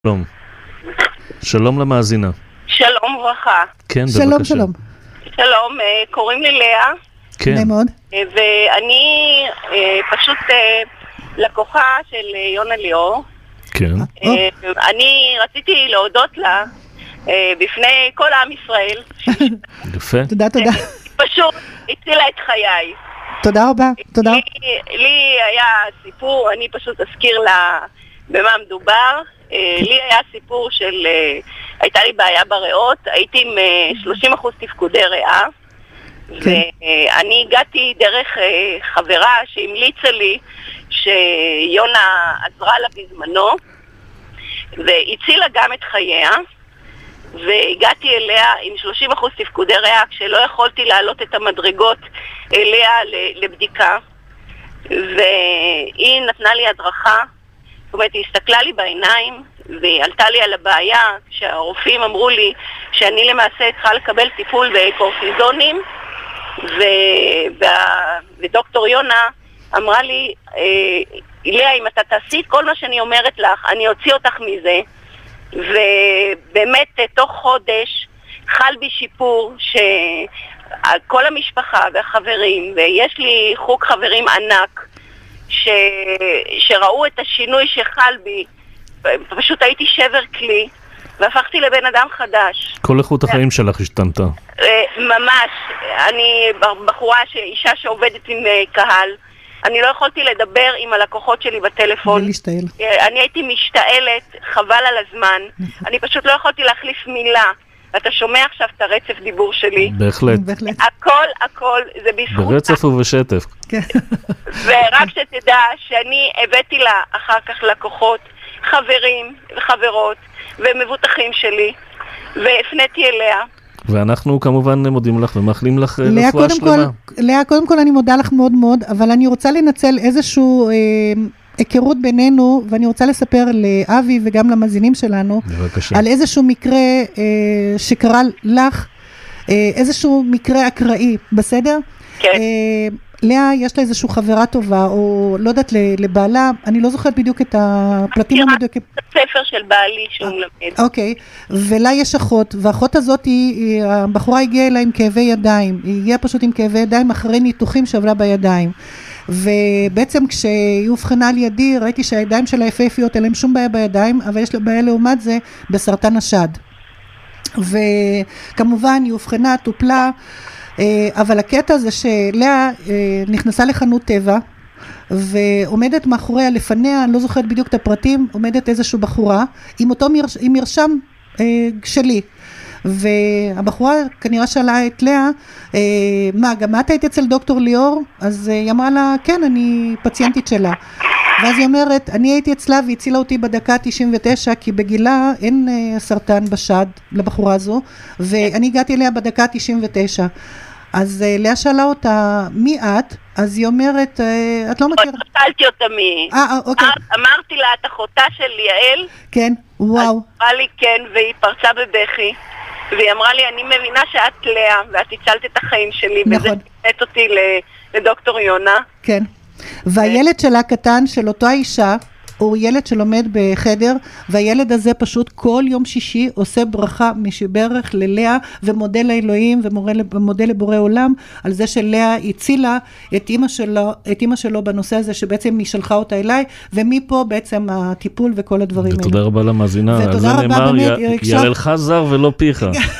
שלום. שלום למאזינה. שלום וברכה. כן, שלום, בבקשה. שלום. שלום, קוראים לי לאה. כן. נעים מאוד. ואני פשוט לקוחה של יונה ליאור. כן. אני רציתי להודות לה בפני כל עם ישראל. יפה. תודה. פשוט הצילה את חיי. תודה רבה. תודה. לי היה סיפור, אני פשוט אזכיר לה במה מדובר. לי היה סיפור של, הייתה לי בעיה בריאות, הייתי עם 30% תפקודי ריאה, ואני הגעתי דרך חברה שהמליצה לי שיונה עזרה לה בזמנו, והצילה גם את חייה, והגעתי אליה עם 30% תפקודי ריאה, כשלא יכולתי להעלות את המדרגות אליה לבדיקה, והיא נתנה לי הדרכה. זאת אומרת, היא הסתכלה לי בעיניים והיא עלתה לי על הבעיה כשהרופאים אמרו לי שאני למעשה צריכה לקבל טיפול בקורטיזונים, ודוקטור יונה אמרה לי, לאה, אם אתה תעשי את כל מה שאני אומרת לך, אני אוציא אותך מזה. ובאמת תוך חודש חל בי שיפור שכל המשפחה והחברים, ויש לי חוג חברים ענק שראו את השינוי שחל בי. פשוט הייתי שבר כלי והפכתי לבן אדם חדש. כל איכות החיים שלך השתנתה. ממש. אני בחורה, אישה שעובדת עם קהל, אני לא יכולתי לדבר עם הלקוחות שלי בטלפון. ולהשתעל. אני הייתי משתעלת, חבל על הזמן. אני פשוט לא יכולתי להחליף מילה. אתה שומע עכשיו את הרצף דיבור שלי? בהחלט. הכל זה בזכות. ברצף ובשטף. ורק שתדע שאני הבאתי לה אחר כך לקוחות, חברים וחברות ומבוטחים שלי, והפניתי אליה. ואנחנו כמובן מודים לך ומאחלים לך רפואה שלמה. לאה, קודם כל אני מודה לך מאוד מאוד, אבל אני רוצה לנצל איזשהו היכרות בינינו, ואני רוצה לספר לאבי וגם למאזינים שלנו, בבקשה. על איזשהו מקרה שקרה לך, איזשהו מקרה אקראי, בסדר? כן. לאה, יש לה איזושהי חברה טובה, או לא יודעת, לבעלה, אני לא זוכרת בדיוק את הפרטים המדויקים. את הספר של בעלי שהוא מלמד. אוקיי, ולה יש אחות, והאחות הזאת, הבחורה הגיעה אליה עם כאבי ידיים, היא הגיעה פשוט עם כאבי ידיים אחרי ניתוחים שעברה בידיים, ובעצם כשהיא הובחנה על ידי, ראיתי שהידיים שלה יפהפיות, אין להם שום בעיה בידיים, אבל יש לה בעיה לעומת זה בסרטן השד. וכמובן היא הובחנה, טופלה, אבל הקטע זה שלאה נכנסה לחנות טבע, ועומדת מאחוריה לפניה, אני לא זוכרת בדיוק את הפרטים, עומדת איזושהי בחורה, עם אותו מרשם שלי. והבחורה כנראה שאלה את לאה, מה, גם את היית אצל דוקטור ליאור? אז היא אמרה לה, כן, אני פציינטית שלה. ואז היא אומרת, אני הייתי אצלה והצילה אותי בדקה 99, כי בגילה אין סרטן בשד לבחורה הזו, ואני הגעתי אליה בדקה 99. אז לאה שאלה אותה, מי את? אז היא אומרת, את לא מכירה. שאלתי אותה מי. אוקיי. אמרתי לה, את אחותה של יעל? כן, וואו. אז אמרה לי כן, והיא פרצה בבכי, והיא אמרה לי, אני מבינה שאת לאה, ואת הצלת את החיים שלי, נכון. וזה תפת אותי לדוקטור יונה. כן. והילד שלה קטן, של אותו האישה, הוא ילד שלומד בחדר, והילד הזה פשוט כל יום שישי עושה ברכה משברך ללאה, ומודה לאלוהים ומודה לבורא עולם, על זה שלאה הצילה את אמא שלו בנושא הזה, שבעצם היא שלחה אותה אליי, ומפה בעצם הטיפול וכל הדברים האלה. ותודה רבה למאזינה. ותודה רבה באמת. יעללך זר ולא פיך.